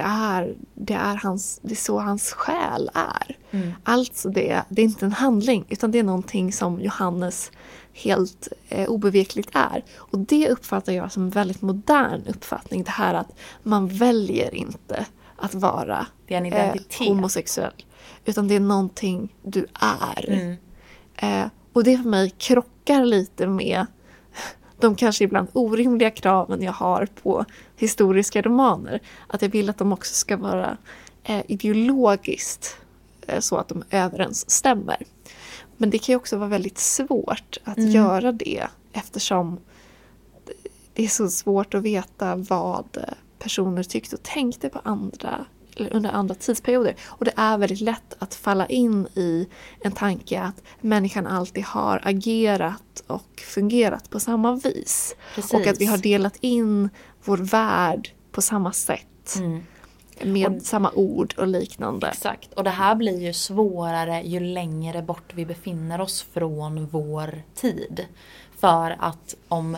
är så hans själ är. Alltså det är inte en handling, utan det är någonting som Johannes helt obevekligt är. Och det uppfattar jag som en väldigt modern uppfattning. Det här att man väljer inte att vara homosexuell, utan det är någonting du är. Och det för mig krockar lite med de kanske ibland orimliga kraven jag har på historiska romaner. Att jag vill att de också ska vara ideologiskt så att de överensstämmer. Men det kan ju också vara väldigt svårt att göra det, eftersom det är så svårt att veta vad personer tyckte och tänkte på under andra tidsperioder. Och det är väldigt lätt att falla in i en tanke att människan alltid har agerat och fungerat på samma vis. Precis. Och att vi har delat in vår värld på samma sätt. Med samma ord och liknande. Exakt. Och det här blir ju svårare ju längre bort vi befinner oss från vår tid. För att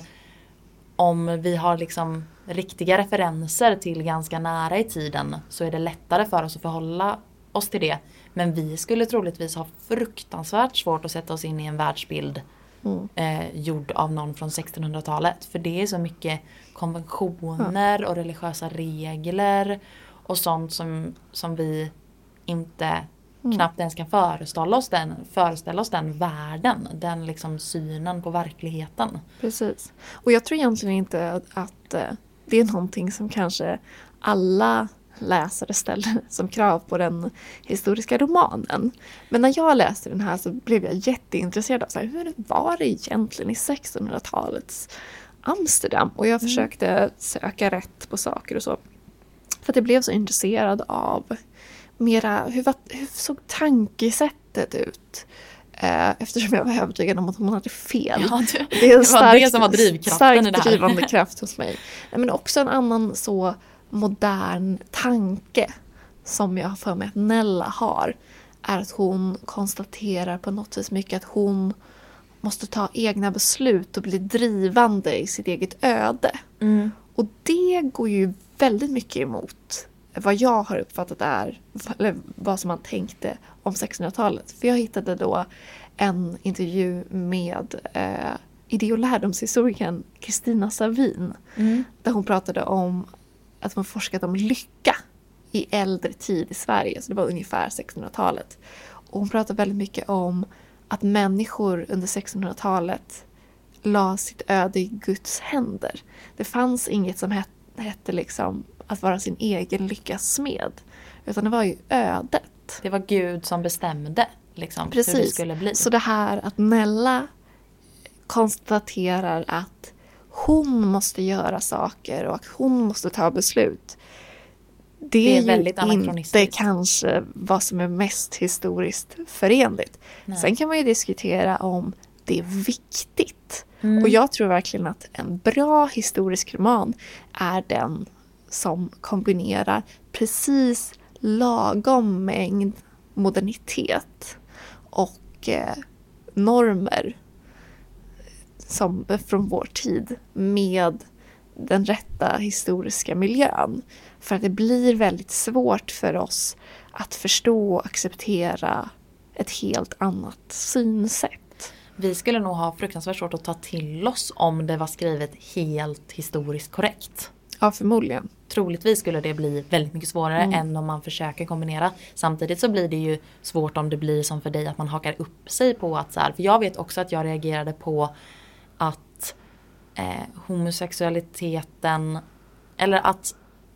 om vi har liksom riktiga referenser till ganska nära i tiden, så är det lättare för oss att förhålla oss till det. Men vi skulle troligtvis ha fruktansvärt svårt att sätta oss in i en världsbild gjord av någon från 1600-talet. För det är så mycket konventioner och religiösa regler och sånt som vi inte knappt ens kan föreställa oss den världen, den liksom synen på verkligheten. Precis. Och jag tror egentligen inte att det är någonting som kanske alla läsare ställer som krav på den historiska romanen. Men när jag läste den här så blev jag jätteintresserad av så här, hur var det egentligen i 1600-talets Amsterdam? Och jag försökte söka rätt på saker och så. För att jag blev så intresserad av mera, hur såg tankesättet ut? Eftersom jag var övertygad om att hon hade fel. Ja, det var det som var drivkraften i det här. Starkt drivande kraft hos mig. Men också en annan så modern tanke som jag har för mig att Nella har, är att hon konstaterar på något vis mycket att hon måste ta egna beslut och bli drivande i sitt eget öde. Och det går ju väldigt mycket emot vad jag har uppfattat är, eller vad som man tänkte om 1600-talet. För jag hittade då en intervju med idé- och lärdomshistorikern Kristina Savin. Där hon pratade om att hon forskat om lycka i äldre tid i Sverige. Så det var ungefär 1600-talet. Och hon pratade väldigt mycket om att människor under 1600-talet la sitt öde i Guds händer. Det fanns inget som hette liksom att vara sin egen lyckas smed. Utan det var ju ödet. Det var Gud som bestämde liksom, Precis. hur det skulle bli. Så det här att Nella konstaterar att hon måste göra saker och att hon måste ta beslut. Det är väldigt ju inte anakronistiskt. kanske vad som är mest historiskt förenligt. Nej. Sen kan man ju diskutera om det är viktigt. Och jag tror verkligen att en bra historisk roman är den som kombinerar precis lagom mängd modernitet och normer som från vår tid med den rätta historiska miljön. För att det blir väldigt svårt för oss att förstå och acceptera ett helt annat synsätt. Vi skulle nog ha fruktansvärt svårt att ta till oss om det var skrivet helt historiskt korrekt. Ja, förmodligen. Troligtvis skulle det bli väldigt mycket svårare än om man försöker kombinera. Samtidigt så blir det ju svårt om det blir som för dig att man hakar upp sig på att så här, för jag vet också att jag reagerade på att homosexualiteten eller att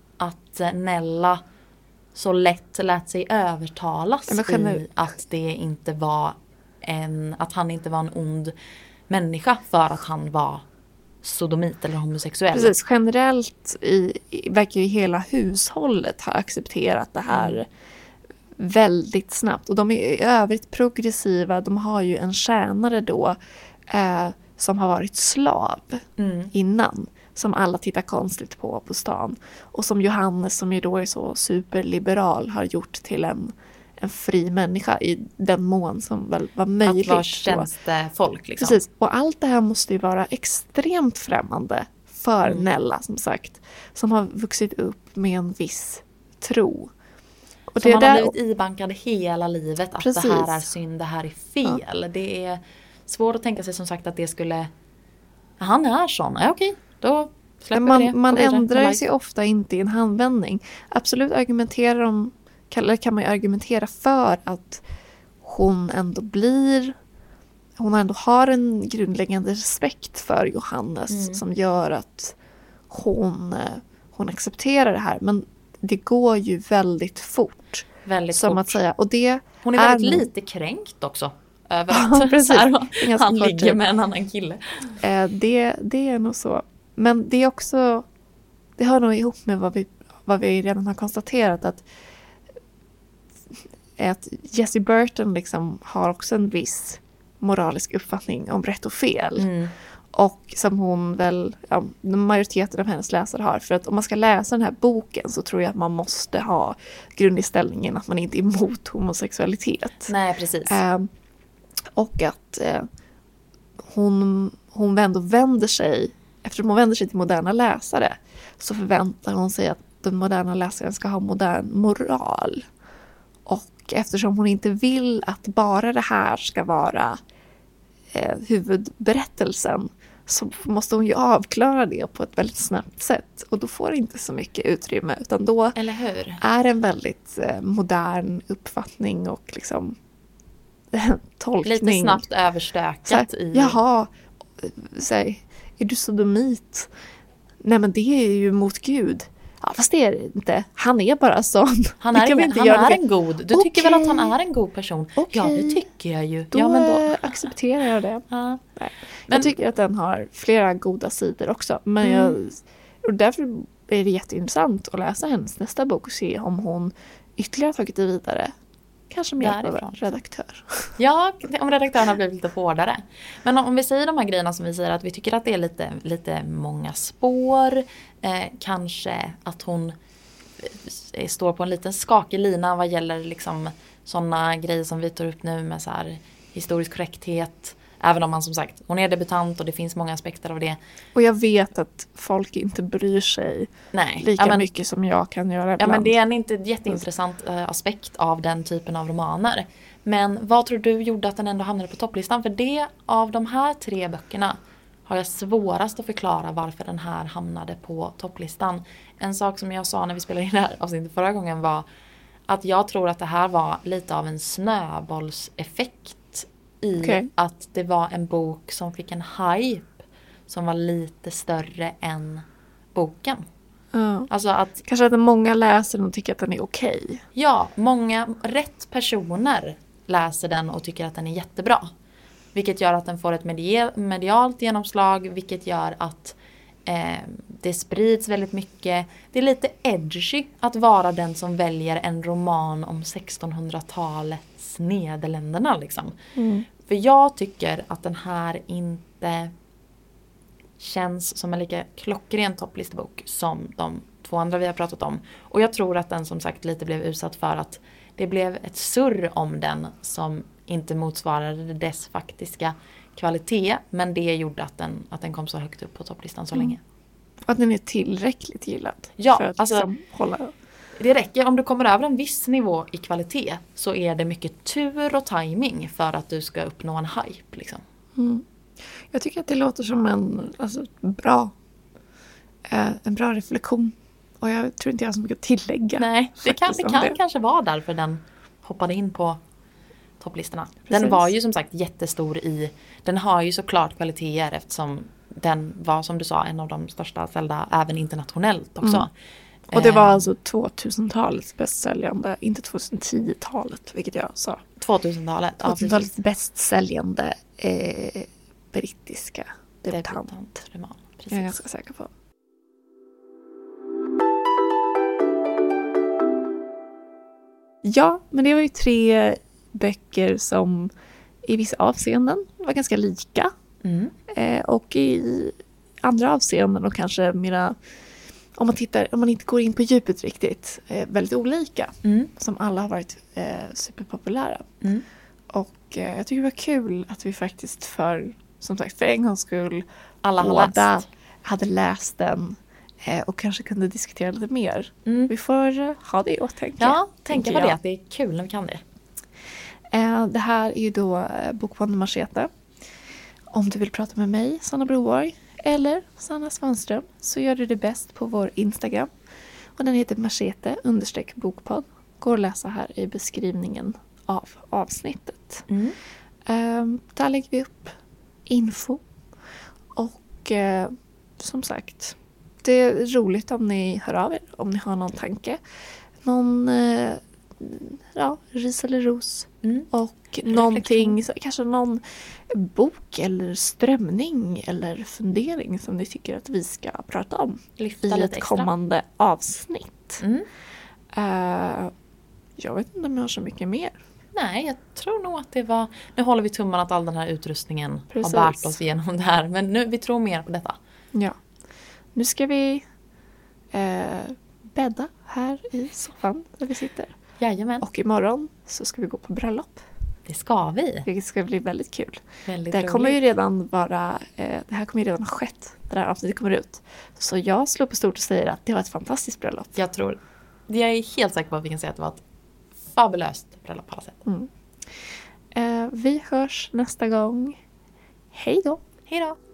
Nella så lätt lät sig övertalas i att det inte var att han inte var en ond människa för att han var sodomit eller homosexuell. Precis, generellt verkar ju hela hushållet ha accepterat det här väldigt snabbt. Och de är i övrigt progressiva. De har ju en tjänare då som har varit slav innan. Som alla tittar konstigt på stan. Och som Johannes, som ju då är så superliberal, har gjort till en fri människa i den mån som väl var möjligt. Att vara tjänstefolk liksom. Precis, och allt det här måste ju vara extremt främmande för Nella, som sagt. Som har vuxit upp med en viss tro. Och som det man har blivit ibankad hela livet att Precis. det här är synd, det här är fel. Ja. Det är svårt att tänka sig som sagt att det skulle... Han är sån, ja, okej, då släpper vi det. Man ändrar sig ofta inte i en handvändning. Absolut kan man ju argumentera för att hon ändå har en grundläggande respekt för Johannes som gör att hon accepterar det här. Men det går ju väldigt fort. Väldigt som fort. Att säga. Och det hon är väldigt lite kränkt också. Över att han ligger med en annan kille. Det är nog så. Men det är också, det hör nog ihop med vad vi redan har konstaterat, att Jessie Burton liksom har också en viss moralisk uppfattning om rätt och fel. Och som hon väl, majoriteten av hennes läsare har. För att om man ska läsa den här boken så tror jag att man måste ha grundinställningen att man inte är emot homosexualitet. Nej, precis. Och att hon ändå vänder sig, eftersom hon vänder sig till moderna läsare, så förväntar hon sig att den moderna läsaren ska ha modern moral. Och eftersom hon inte vill att bara det här ska vara huvudberättelsen, så måste hon ju avklara det på ett väldigt snabbt sätt. Och då får det inte så mycket utrymme, utan då Eller hur? är en väldigt modern uppfattning och liksom tolkning. Lite snabbt överstökat i... Jaha, är du sodomit? Nej, men det är ju mot Gud. Ja, fast det är det inte. Han är bara sån. Han är en god. Du tycker väl att han är en god person? Okay. Ja, det tycker jag ju. Då accepterar jag det. Ja. Nej. Jag tycker att den har flera goda sidor också. Men och därför är det jätteintressant att läsa hennes nästa bok och se om hon ytterligare tagit det vidare. Kanske med hjälp av en redaktör. Ja, om redaktören har blivit lite hårdare. Men om vi säger de här grejerna som vi säger, att vi tycker att det är lite många spår. Kanske att hon står på en liten skakig lina vad gäller liksom sådana grejer som vi tar upp nu med så här historisk korrekthet. Även om man som sagt, hon är debutant och det finns många aspekter av det. Och jag vet att folk inte bryr sig lika mycket som jag kan göra ibland. Ja, men det är en inte jätteintressant aspekt av den typen av romaner. Men vad tror du gjorde att den ändå hamnade på topplistan? För det av de här 3 böckerna har jag svårast att förklara varför den här hamnade på topplistan. En sak som jag sa när vi spelade in det här avsnittet förra gången var att jag tror att det här var lite av en snöbollseffekt i att det var en bok som fick en hype som var lite större än boken. Alltså att, kanske att många läser den och tycker att den är okej. Ja, rätt personer läser den och tycker att den är jättebra. Vilket gör att den får ett medialt genomslag, vilket gör att det sprids väldigt mycket. Det är lite edgy att vara den som väljer en roman om 1600-talets Nederländerna liksom. För jag tycker att den här inte känns som en lika klockren topplistebok som de 2 andra vi har pratat om. Och jag tror att den som sagt lite blev utsatt för att det blev ett surr om den som inte motsvarade dess faktiska kvalitet. Men det gjorde att den kom så högt upp på topplistan så länge. Att den är tillräckligt gillad. Ja, för att alltså liksom hålla. Det räcker. Om du kommer över en viss nivå i kvalitet så är det mycket tur och timing för att du ska uppnå en hype. Liksom. Jag tycker att det låter som en bra reflektion. Och jag tror inte jag har så mycket att tillägga. Nej, det kan kanske vara därför den hoppade in på topplistorna. Precis. Den var ju som sagt jättestor den har ju såklart kvaliteter eftersom den var som du sa en av de största sålda även internationellt också. Och det var alltså 2000-talets bästsäljande, inte 2010-talet, vilket jag sa. 2000-talet. 2000-talets bästsäljande brittiska debutantroman. Jag är ganska säker på. Ja, men det var ju 3 böcker som i vissa avseenden var ganska lika. Och i andra avseenden och kanske mera, om man inte går in på djupet riktigt, väldigt olika. Som alla har varit superpopulära. Och jag tycker det var kul att vi faktiskt för en gångs skull båda hade läst den och kanske kunde diskutera lite mer. Vi får ha det i åtanke. Ja, tänka på det, att det är kul när vi kan det. Det här är ju då Bokhandeln Machete. Om du vill prata med mig, Sanna Broborg, eller Sanna Svanström, så gör du det bäst på vår Instagram. Och den heter machete_bokpodd. Går att läsa här i beskrivningen av avsnittet. Där lägger vi upp info. Och som sagt, det är roligt om ni hör av er. Om ni har någon tanke. Någon ris eller ros. Och någonting, kanske någon bok eller strömning eller fundering som ni tycker att vi ska prata om Lyfta i ett kommande avsnitt. Jag vet inte om jag har så mycket mer. Nej, jag tror nog att det var... Nu håller vi tummarna att all den här utrustningen har bärt oss igenom det här. Men nu, vi tror mer på detta. Ja. Nu ska vi bädda här i soffan där vi sitter. Jajamän. Och imorgon så ska vi gå på bröllop. Det ska vi. Det ska bli väldigt kul. Väldigt det roligt. Kommer ju redan vara... det här kommer ju redan ha skett. Det här avsnittet kommer ut. Så jag slår på stort och säger att det var ett fantastiskt bröllop. Jag är helt säker på att vi kan säga att det var ett fabulöst bröllop på alla sätt. Vi hörs nästa gång. Hej då! Hej då!